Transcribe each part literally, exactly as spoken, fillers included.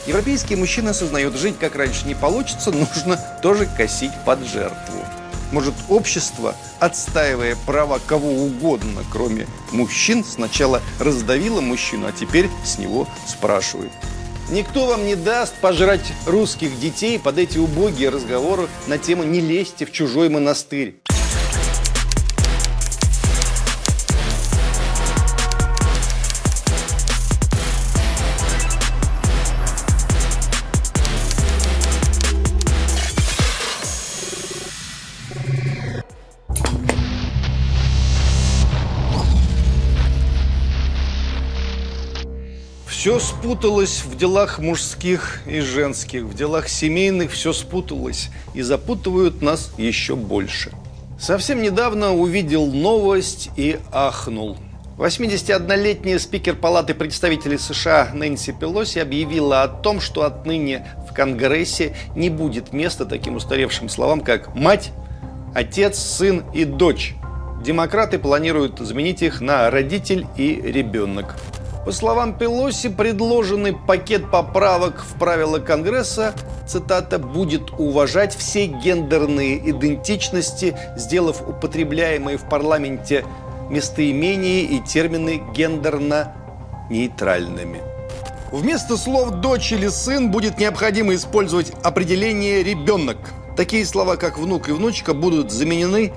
Европейские мужчины осознают, жить как раньше не получится, нужно тоже косить под жертву. Может, общество, отстаивая права кого угодно, кроме мужчин, сначала раздавило мужчину, а теперь с него спрашивает. Никто вам не даст пожрать русских детей под эти убогие разговоры на тему «Не лезьте в чужой монастырь». Все спуталось в делах мужских и женских, в делах семейных все спуталось, и запутывают нас еще больше. Совсем недавно увидел новость и ахнул. восьмидесятиоднолетняя спикер Палаты представителей США Нэнси Пелоси объявила о том, что отныне в Конгрессе не будет места таким устаревшим словам, как «мать», «отец», «сын» и «дочь». Демократы планируют заменить их на «родитель» и «ребенок». По словам Пелоси, предложенный пакет поправок в правила Конгресса, цитата, «будет уважать все гендерные идентичности, сделав употребляемые в парламенте местоимения и термины гендерно-нейтральными». Вместо слов «дочь» или «сын» будет необходимо использовать определение «ребенок». Такие слова, как «внук» и «внучка» будут заменены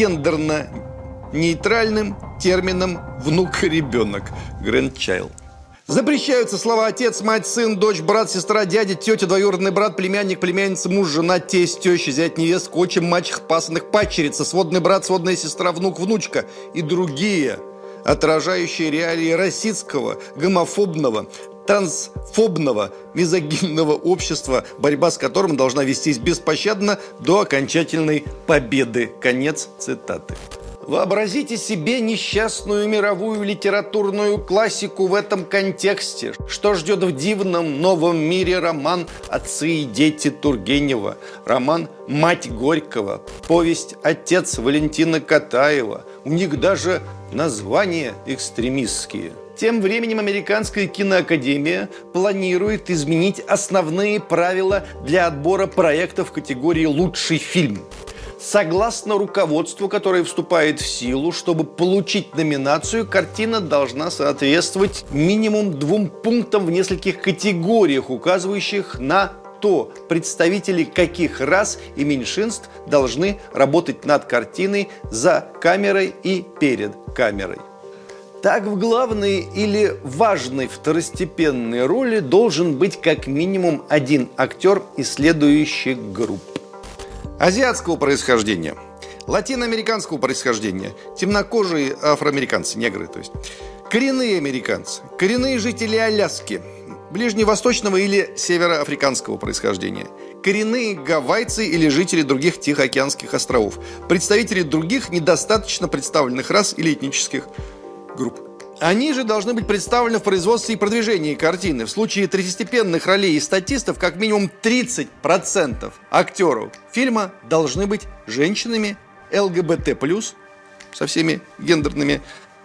гендерно-нейтральным термином «внук» и «ребенок» – grandchild. Запрещаются слова «отец», «мать», «сын», «дочь», «брат», «сестра», «дядя», «тетя», «двоюродный брат», «племянник», «племянница», «муж», «жена», «тесть», «теща», «зять», «невестка», «отчим», «мачеха», «пасынок», «падчерица», «сводный брат», «сводная сестра», «внук», «внучка» и другие, отражающие реалии расистского, гомофобного, трансфобного, мизогинного общества, борьба с которым должна вестись беспощадно до окончательной победы. Конец цитаты. Вообразите себе несчастную мировую литературную классику в этом контексте. Что ждет в дивном новом мире роман «Отцы и дети» Тургенева, роман «Мать Горького», повесть «Отец» Валентина Катаева. У них даже названия экстремистские. Тем временем Американская киноакадемия планирует изменить основные правила для отбора проектов в категории «Лучший фильм». Согласно руководству, которое вступает в силу, чтобы получить номинацию, картина должна соответствовать минимум двум пунктам в нескольких категориях, указывающих на то, представители каких рас и меньшинств должны работать над картиной за камерой и перед камерой. Так, в главной или важной второстепенной роли должен быть как минимум один актер из следующих групп. Азиатского происхождения, латиноамериканского происхождения, темнокожие афроамериканцы, негры, то есть, коренные американцы, коренные жители Аляски, ближневосточного или североафриканского происхождения, коренные гавайцы или жители других Тихоокеанских островов, представители других недостаточно представленных рас или этнических групп. Они же должны быть представлены в производстве и продвижении картины. В случае третьестепенных ролей и статистов как минимум тридцать процентов актеров фильма должны быть женщинами, ЛГБТ плюс, со всеми гендерными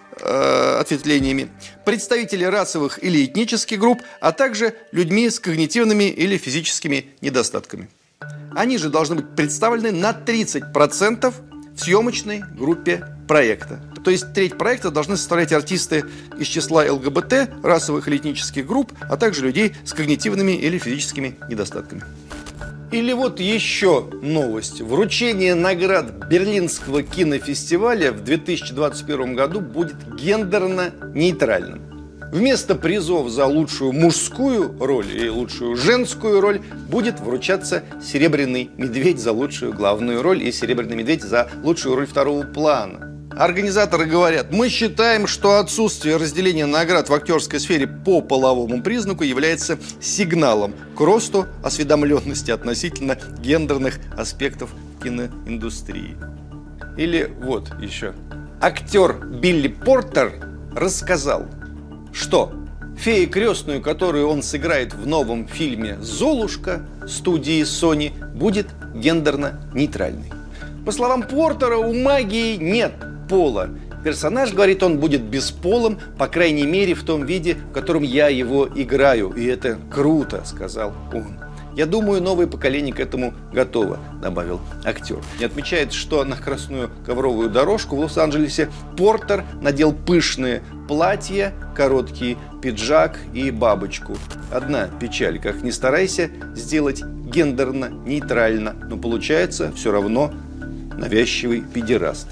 э, ответвлениями, представители расовых или этнических групп, а также людьми с когнитивными или физическими недостатками. Они же должны быть представлены на тридцать процентов в съемочной группе проекта. То есть треть проекта должны составлять артисты из числа ЛГБТ, расовых или этнических групп, а также людей с когнитивными или физическими недостатками. Или вот еще новость. Вручение наград Берлинского кинофестиваля в две тысячи двадцать первом году будет гендерно-нейтральным. Вместо призов за лучшую мужскую роль и лучшую женскую роль будет вручаться «Серебряный медведь» за лучшую главную роль и «Серебряный медведь» за лучшую роль второго плана. Организаторы говорят: мы считаем, что отсутствие разделения наград в актерской сфере по половому признаку является сигналом к росту осведомленности относительно гендерных аспектов киноиндустрии. Или вот еще. Актер Билли Портер рассказал, что фея крестную, которую он сыграет в новом фильме «Золушка» студии Sony, будет гендерно-нейтральной. По словам Портера, у магии нет пола. Персонаж, говорит он, будет бесполым, по крайней мере, в том виде, в котором я его играю. И это круто, сказал он. Я думаю, новое поколение к этому готово, добавил актер. И отмечает, что на красную ковровую дорожку в Лос-Анджелесе Портер надел пышные платья, короткий пиджак и бабочку. Одна печаль, как ни старайся сделать гендерно-нейтрально, но получается все равно навязчивый педераст.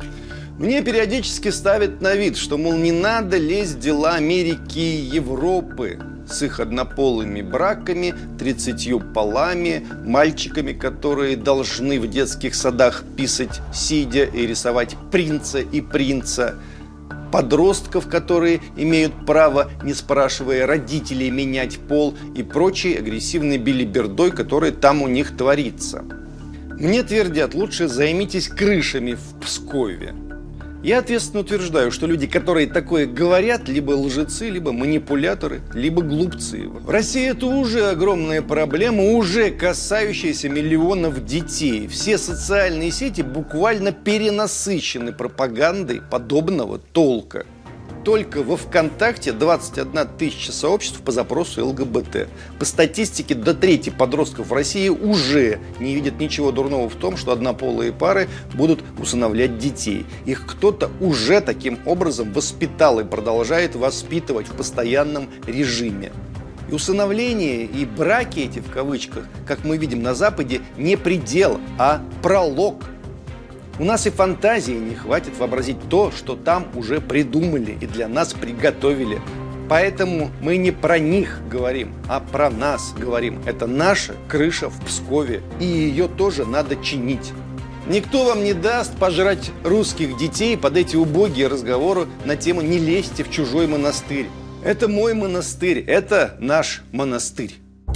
Мне периодически ставят на вид, что, мол, не надо лезть в дела Америки и Европы с их однополыми браками, тридцатью полами, мальчиками, которые должны в детских садах писать сидя и рисовать принца и принца, подростков, которые имеют право, не спрашивая родителей, менять пол и прочей агрессивной билибердой, которая там у них творится. Мне твердят, лучше займитесь крышами в Пскове. Я ответственно утверждаю, что люди, которые такое говорят, либо лжецы, либо манипуляторы, либо глупцы. В России это уже огромная проблема, уже касающаяся миллионов детей. Все социальные сети буквально перенасыщены пропагандой подобного толка. Только во ВКонтакте двадцать одна тысяча сообществ по запросу ЛГБТ. По статистике, до трети подростков в России уже не видят ничего дурного в том, что однополые пары будут усыновлять детей. Их кто-то уже таким образом воспитал и продолжает воспитывать в постоянном режиме. И усыновление, и браки эти в кавычках, как мы видим на Западе, не предел, а пролог. У нас и фантазии не хватит вообразить то, что там уже придумали и для нас приготовили. Поэтому мы не про них говорим, а про нас говорим. Это наша крыша в Пскове, и ее тоже надо чинить. Никто вам не даст пожрать русских детей под эти убогие разговоры на тему «не лезьте в чужой монастырь». Это мой монастырь, это наш монастырь.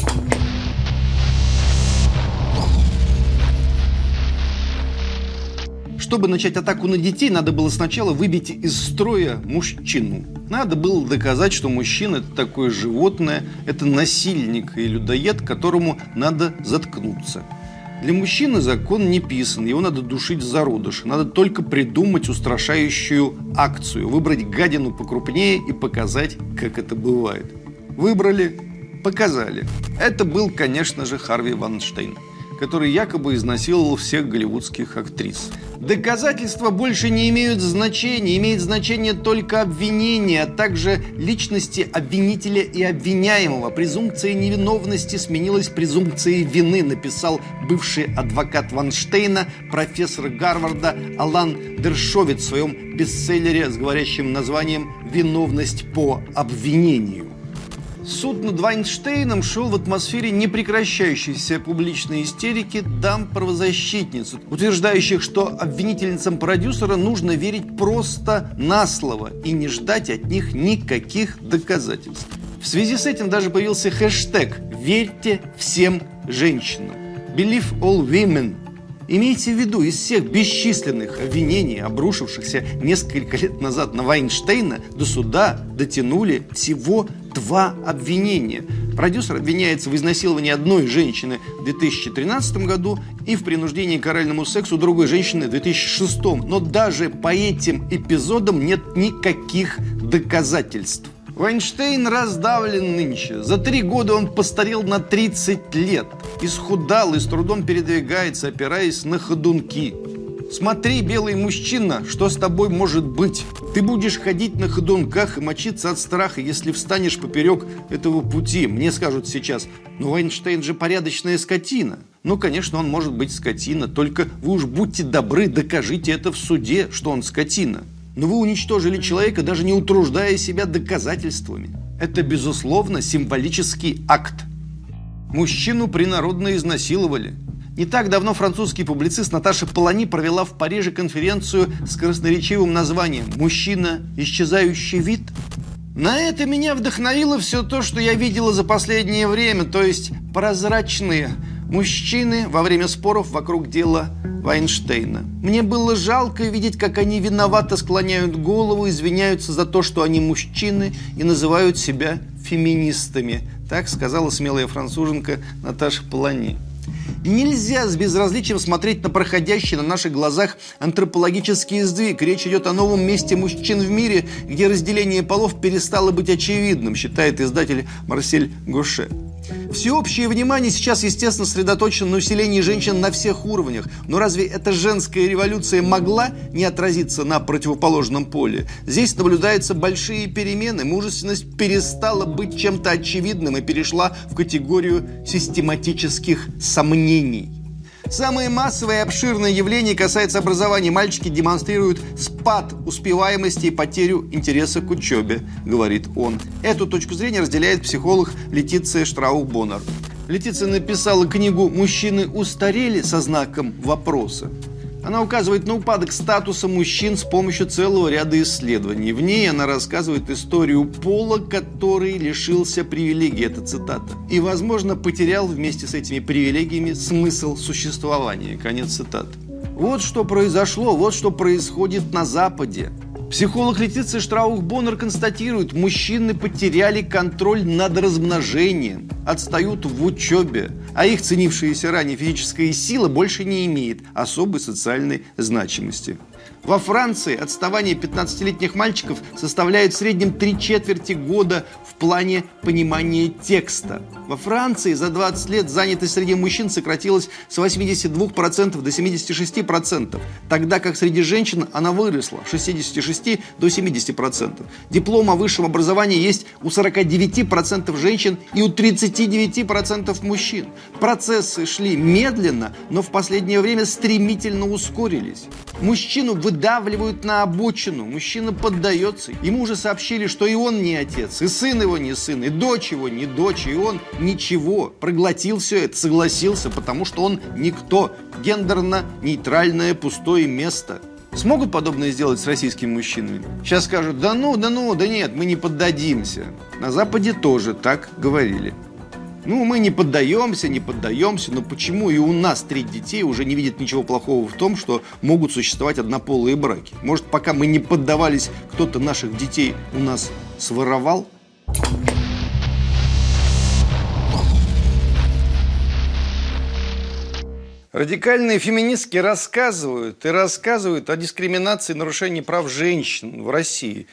Чтобы начать атаку на детей, надо было сначала выбить из строя мужчину. Надо было доказать, что мужчина – это такое животное, это насильник и людоед, которому надо заткнуться. Для мужчины закон не писан, его надо душить в зародыше. Надо только придумать устрашающую акцию, выбрать гадину покрупнее и показать, как это бывает. Выбрали, показали. Это был, конечно же, Харви Вайнштейн, который якобы изнасиловал всех голливудских актрис. Доказательства больше не имеют значения, имеет значение только обвинение, а также личности обвинителя и обвиняемого. Презумпция невиновности сменилась презумпцией вины, написал бывший адвокат Вайнштейна, профессор Гарварда Алан Дершовиц в своем бестселлере с говорящим названием «Виновность по обвинению». Суд над Вайнштейном шел в атмосфере непрекращающейся публичной истерики дам-правозащитниц, утверждающих, что обвинительницам продюсера нужно верить просто на слово и не ждать от них никаких доказательств. В связи с этим даже появился хэштег «Верьте всем женщинам» – «Believe all women». Имейте в виду, из всех бесчисленных обвинений, обрушившихся несколько лет назад на Вайнштейна, до суда дотянули всего два обвинения. Продюсер обвиняется в изнасиловании одной женщины в две тысячи тринадцатом году и в принуждении к оральному сексу другой женщины в две тысячи шестом. Но даже по этим эпизодам нет никаких доказательств. Вайнштейн раздавлен нынче. За три года он постарел на тридцать лет. Исхудал и с трудом передвигается, опираясь на ходунки. Смотри, белый мужчина, что с тобой может быть? Ты будешь ходить на ходунках и мочиться от страха, если встанешь поперек этого пути. Мне скажут сейчас, ну Вайнштейн же порядочная скотина. Ну, конечно, он может быть скотина, только вы уж будьте добры, докажите это в суде, что он скотина. Но вы уничтожили человека, даже не утруждая себя доказательствами. Это, безусловно, символический акт. Мужчину принародно изнасиловали. Не так давно французский публицист Наташа Полани провела в Париже конференцию с красноречивым названием «Мужчина. Исчезающий вид». На это меня вдохновило все то, что я видела за последнее время, то есть прозрачные мужчины во время споров вокруг дела Вайнштейна. Мне было жалко видеть, как они виновато склоняют голову, извиняются за то, что они мужчины, и называют себя феминистами. Так сказала смелая француженка Наташа Полани. Нельзя с безразличием смотреть на проходящий на наших глазах антропологический сдвиг. Речь идет о новом месте мужчин в мире, где разделение полов перестало быть очевидным, считает издатель Марсель Гоше. Всеобщее внимание сейчас, естественно, сосредоточено на усилении женщин на всех уровнях. Но разве эта женская революция могла не отразиться на противоположном поле? Здесь наблюдаются большие перемены. Мужественность перестала быть чем-то очевидным и перешла в категорию систематических сомнений. Самое массовое и обширное явление касается образования. Мальчики демонстрируют спад успеваемости и потерю интереса к учебе, говорит он. Эту точку зрения разделяет психолог Летиция Штраух-Боннер. Летиция написала книгу «Мужчины устарели» со знаком вопроса. Она указывает на упадок статуса мужчин с помощью целого ряда исследований. В ней она рассказывает историю пола, который лишился привилегий, это цитата, и, возможно, потерял вместе с этими привилегиями смысл существования. Конец цитаты. Вот что произошло, вот что происходит на Западе. Психолог Летиция Штраух-Боннер констатирует, мужчины потеряли контроль над размножением, отстают в учебе, а их ценившаяся ранее физическая сила больше не имеет особой социальной значимости. Во Франции отставание пятнадцатилетних мальчиков составляет в среднем три четверти года в плане понимания текста. Во Франции за двадцать лет занятость среди мужчин сократилась с восьмидесяти двух процентов до семидесяти шести процентов, тогда как среди женщин она выросла с шестидесяти шести до семидесяти процентов. Диплом о высшем образовании есть у сорока девяти процентов женщин и у тридцати девяти процентов мужчин. Процессы шли медленно, но в последнее время стремительно ускорились. Мужчину выдавливают на обочину, мужчина поддается. Ему уже сообщили, что и он не отец, и сын его не сын, и дочь его не дочь, и он ничего. Проглотил все это, согласился, потому что он никто. Гендерно-нейтральное пустое место. Смогут подобное сделать с российскими мужчинами? Сейчас скажут, да ну, да ну, да нет, мы не поддадимся. На Западе тоже так говорили. Ну, мы не поддаемся, не поддаемся, но почему и у нас треть детей уже не видит ничего плохого в том, что могут существовать однополые браки? Может, пока мы не поддавались, кто-то наших детей у нас своровал? Радикальные феминистки рассказывают и рассказывают о дискриминации и нарушении прав женщин в России.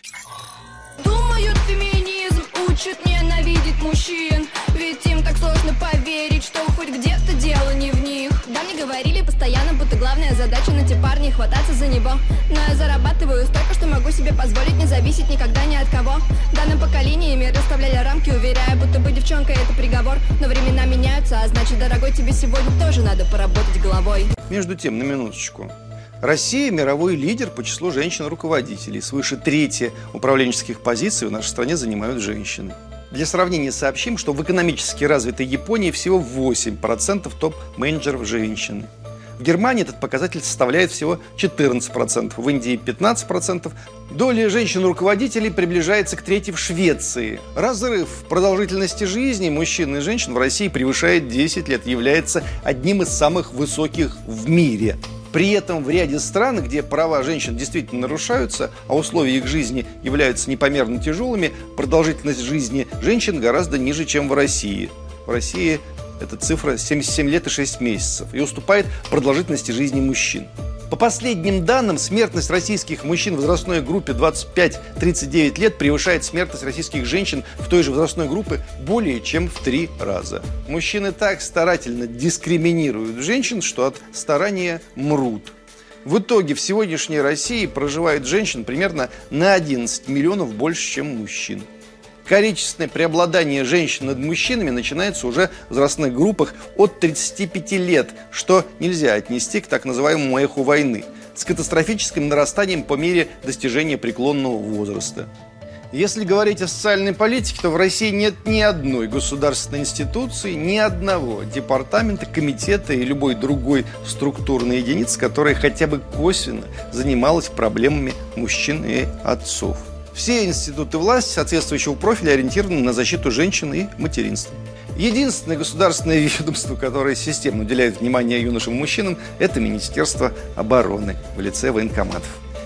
Думают, феминизм учит ненавидеть мужчин. Ведь им так сложно поверить, что хоть где-то дело не в них. Да, мне говорили постоянно, будто главная задача найти парня и хвататься за него. Но я зарабатываю столько, что могу себе позволить не зависеть никогда ни от кого. Данным поколениями расставляли рамки, уверяя, будто бы девчонка это приговор. Но времена меняются, а значит, дорогой, тебе сегодня тоже надо поработать головой. Между тем, на минуточку. Россия – мировой лидер по числу женщин-руководителей. Свыше трети управленческих позиций в нашей стране занимают женщины. Для сравнения сообщим, что в экономически развитой Японии всего восемь процентов топ-менеджеров женщины. В Германии этот показатель составляет всего четырнадцать процентов, в Индии пятнадцать процентов. Доля женщин-руководителей приближается к трети в Швеции. Разрыв в продолжительности жизни мужчин и женщин в России превышает десять лет, является одним из самых высоких в мире. При этом в ряде стран, где права женщин действительно нарушаются, а условия их жизни являются непомерно тяжелыми, продолжительность жизни женщин гораздо ниже, чем в России. В России эта цифра семьдесят семь лет и шесть месяцев и уступает продолжительности жизни мужчин. По последним данным, смертность российских мужчин в возрастной группе двадцать пять — тридцать девять лет превышает смертность российских женщин в той же возрастной группе более чем в три раза. Мужчины так старательно дискриминируют женщин, что от старания мрут. В итоге в сегодняшней России проживает женщин примерно на одиннадцать миллионов больше, чем мужчин. Количественное преобладание женщин над мужчинами начинается уже в возрастных группах от тридцати пяти лет, что нельзя отнести к так называемому эху войны, с катастрофическим нарастанием по мере достижения преклонного возраста. Если говорить о социальной политике, то в России нет ни одной государственной институции, ни одного департамента, комитета и любой другой структурной единицы, которая хотя бы косвенно занималась проблемами мужчин и отцов. Все институты власти соответствующего профиля ориентированы на защиту женщин и материнства. Единственное государственное ведомство, которое системно уделяет внимание юношам и мужчинам, это Министерство обороны в лице военкоматов.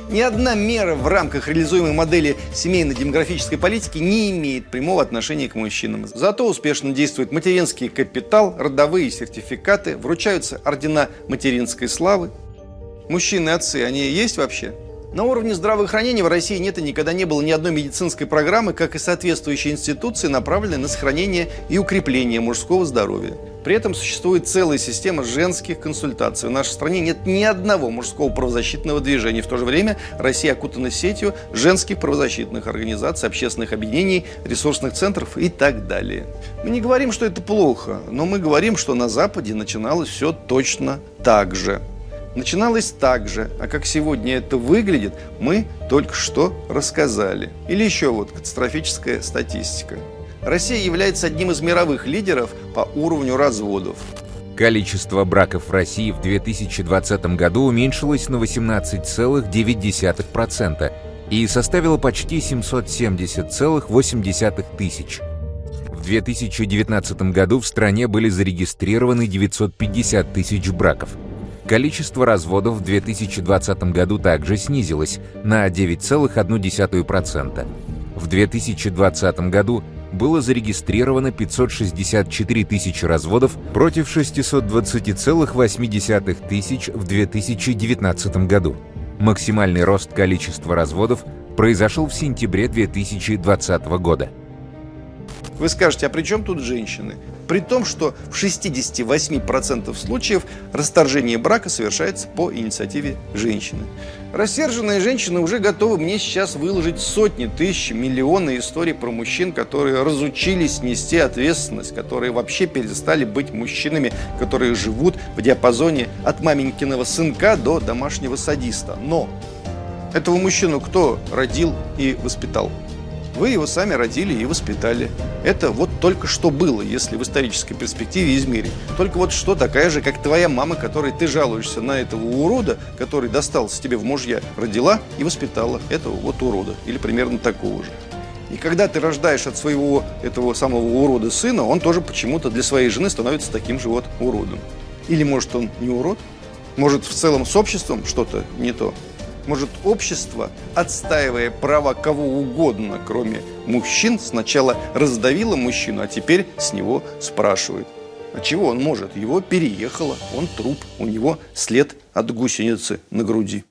Ни одна мера в рамках реализуемой модели семейно-демографической политики не имеет прямого отношения к мужчинам. Зато успешно действует материнский капитал, родовые сертификаты, вручаются ордена материнской славы. Мужчины-отцы, они есть вообще? На уровне здравоохранения в России нет и никогда не было ни одной медицинской программы, как и соответствующей институции, направленной на сохранение и укрепление мужского здоровья. При этом существует целая система женских консультаций. В нашей стране нет ни одного мужского правозащитного движения. В то же время Россия окутана сетью женских правозащитных организаций, общественных объединений, ресурсных центров и так далее. Мы не говорим, что это плохо, но мы говорим, что на Западе начиналось все точно так же. Начиналось так же, а как сегодня это выглядит, мы только что рассказали. Или еще вот катастрофическая статистика. Россия является одним из мировых лидеров по уровню разводов. Количество браков в России в две тысячи двадцатом году уменьшилось на восемнадцать целых девять десятых процента и составило почти семьсот семьдесят целых восемь десятых тысяч. В две тысячи девятнадцатом году в стране были зарегистрированы девятьсот пятьдесят тысяч браков. Количество разводов в две тысячи двадцатом году также снизилось на девять целых одну десятую процента. В две тысячи двадцатом году было зарегистрировано пятьсот шестьдесят четыре тысячи разводов против шестисот двадцати целых восьми десятых тысяч в две тысячи девятнадцатом году. Максимальный рост количества разводов произошел в сентябре две тысячи двадцатого года. Вы скажете, а при чем тут женщины? При том, что в шестидесяти восьми процентах случаев расторжение брака совершается по инициативе женщины. Рассерженные женщины уже готовы мне сейчас выложить сотни тысяч, миллионы историй про мужчин, которые разучились нести ответственность, которые вообще перестали быть мужчинами, которые живут в диапазоне от маменькиного сынка до домашнего садиста. Но этого мужчину кто родил и воспитал? Вы его сами родили и воспитали. Это вот только что было, если в исторической перспективе измерить. Только вот что такая же, как твоя мама, которой ты жалуешься на этого урода, который достался тебе в мужья, родила и воспитала этого вот урода. Или примерно такого же. И когда ты рождаешь от своего этого самого урода сына, он тоже почему-то для своей жены становится таким же вот уродом. Или может он не урод? Может в целом с обществом что-то не то? Может, общество, отстаивая права кого угодно, кроме мужчин, сначала раздавило мужчину, а теперь с него спрашивает. А чего он может? Его переехало, он труп, у него след от гусеницы на груди.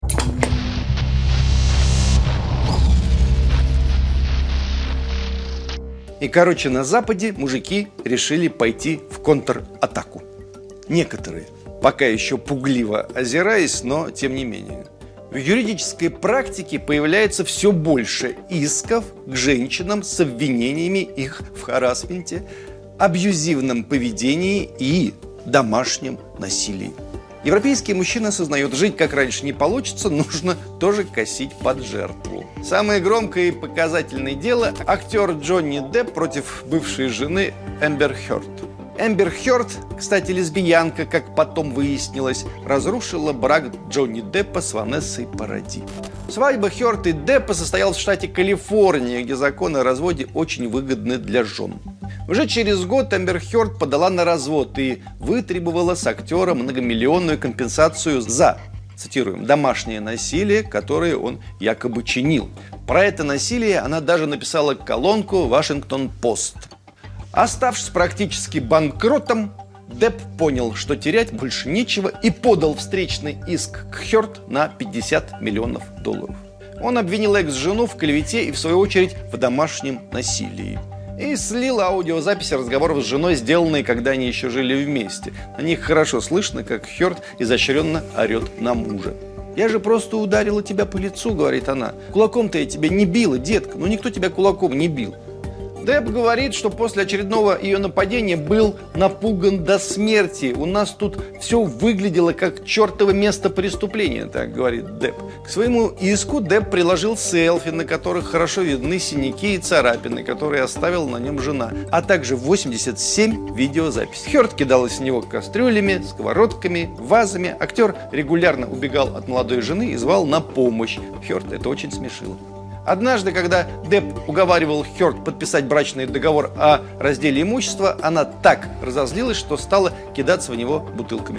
И, короче, на Западе мужики решили пойти в контратаку. Некоторые, пока еще пугливо озираясь, но тем не менее. В юридической практике появляется все больше исков к женщинам с обвинениями их в харассменте, абьюзивном поведении и домашнем насилии. Европейские мужчины осознают, жить как раньше не получится, нужно тоже косить под жертву. Самое громкое и показательное дело – актер Джонни Депп против бывшей жены Эмбер Хёрд. Эмбер Хёрд, кстати, лесбиянка, как потом выяснилось, разрушила брак Джонни Деппа с Ванессой Паради. Свадьба Хёрд и Деппа состоялась в штате Калифорния, где законы о разводе очень выгодны для жен. Уже через год Эмбер Хёрд подала на развод и вытребовала с актера многомиллионную компенсацию за, цитируем, домашнее насилие, которое он якобы чинил. Про это насилие она даже написала колонку «Вашингтон-Пост». Оставшись практически банкротом, Депп понял, что терять больше нечего, и подал встречный иск к Хёрд на пятьдесят миллионов долларов. Он обвинил экс-жену в клевете и, в свою очередь, в домашнем насилии. И слил аудиозаписи разговоров с женой, сделанные, когда они еще жили вместе. На них хорошо слышно, как Хёрд изощренно орет на мужа. «Я же просто ударила тебя по лицу», — говорит она. «Кулаком-то я тебя не била, детка, но никто тебя кулаком не бил». Депп говорит, что после очередного ее нападения был напуган до смерти. У нас тут все выглядело как чертово место преступления, так говорит Депп. К своему иску Депп приложил селфи, на которых хорошо видны синяки и царапины, которые оставила на нем жена, а также восемьдесят семь видеозаписей. Хёрд кидалась в него кастрюлями, сковородками, вазами. Актер регулярно убегал от молодой жены и звал на помощь. Хёрд это очень смешило. Однажды, когда Депп уговаривал Хёрд подписать брачный договор о разделе имущества, она так разозлилась, что стала кидаться в него бутылками.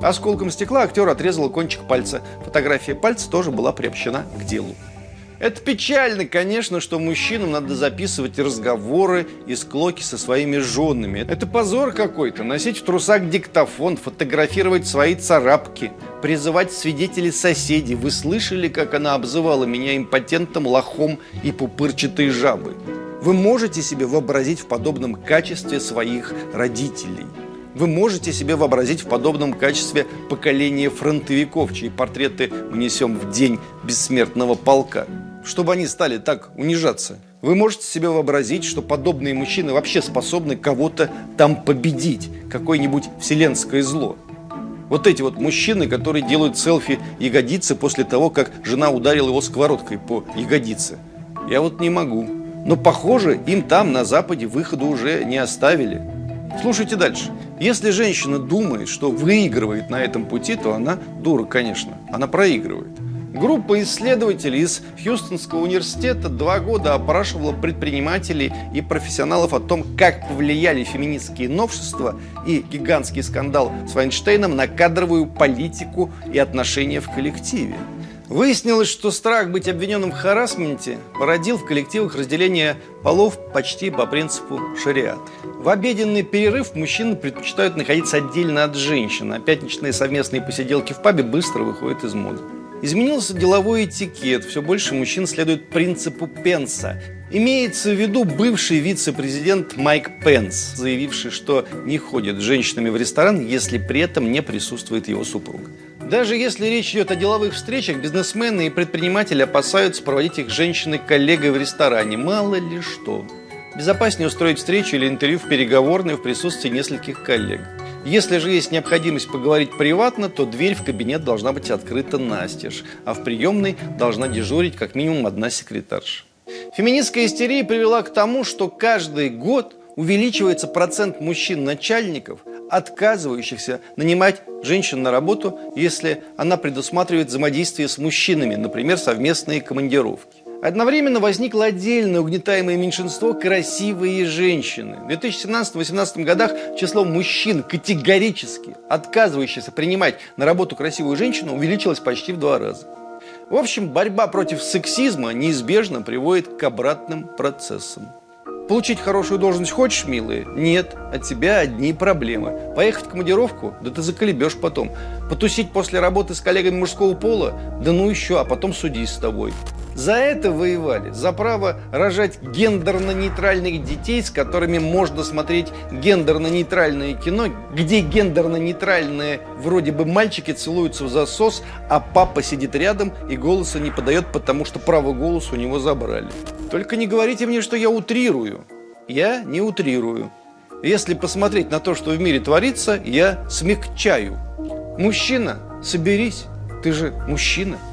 Осколком стекла актер отрезал кончик пальца. Фотография пальца тоже была приобщена к делу. Это печально, конечно, что мужчинам надо записывать разговоры и склоки со своими женами. Это позор какой-то. Носить в трусах диктофон, фотографировать свои царапки, призывать свидетелей соседей. Вы слышали, как она обзывала меня импотентом, лохом и пупырчатой жабой? Вы можете себе вообразить в подобном качестве своих родителей? Вы можете себе вообразить в подобном качестве поколение фронтовиков, чьи портреты мы несем в день бессмертного полка? Чтобы они стали так унижаться. Вы можете себе вообразить, что подобные мужчины вообще способны кого-то там победить, какое-нибудь вселенское зло. Вот эти вот мужчины, которые делают селфи ягодицы после того, как жена ударила его сковородкой по ягодице. Я вот не могу. Но, похоже, им там, на Западе, выхода уже не оставили. Слушайте дальше. Если женщина думает, что выигрывает на этом пути, то она дура, конечно. Она проигрывает. Группа исследователей из Хьюстонского университета два года опрашивала предпринимателей и профессионалов о том, как повлияли феминистские новшества и гигантский скандал с Вайнштейном на кадровую политику и отношения в коллективе. Выяснилось, что страх быть обвиненным в харассменте породил в коллективах разделение полов почти по принципу шариата. В обеденный перерыв мужчины предпочитают находиться отдельно от женщин, а пятничные совместные посиделки в пабе быстро выходят из моды. Изменился деловой этикет, все больше мужчин следует принципу Пенса. Имеется в виду бывший вице-президент Майк Пенс, заявивший, что не ходит с женщинами в ресторан, если при этом не присутствует его супруга. Даже если речь идет о деловых встречах, бизнесмены и предприниматели опасаются проводить их с женщиной-коллегой в ресторане. Мало ли что. Безопаснее устроить встречу или интервью в переговорной в присутствии нескольких коллег. Если же есть необходимость поговорить приватно, то дверь в кабинет должна быть открыта настежь, а в приемной должна дежурить как минимум одна секретарша. Феминистская истерия привела к тому, что каждый год увеличивается процент мужчин-начальников, отказывающихся нанимать женщин на работу, если она предусматривает взаимодействие с мужчинами, например, совместные командировки. Одновременно возникло отдельное угнетаемое меньшинство – красивые женщины. В две тысячи семнадцатом — две тысячи восемнадцатом годах число мужчин, категорически отказывающихся принимать на работу красивую женщину, увеличилось почти в два раза. В общем, борьба против сексизма неизбежно приводит к обратным процессам. Получить хорошую должность хочешь, милая? Нет, от тебя одни проблемы. Поехать в командировку? Да ты заколебешь потом. Потусить после работы с коллегами мужского пола? Да ну еще, а потом судись с тобой. За это воевали, за право рожать гендерно-нейтральных детей, с которыми можно смотреть гендерно-нейтральное кино, где гендерно-нейтральные вроде бы мальчики целуются в засос, а папа сидит рядом и голоса не подает, потому что право голоса у него забрали. Только не говорите мне, что я утрирую. Я не утрирую. Если посмотреть на то, что в мире творится, я смягчаю. Мужчина, соберись, ты же мужчина.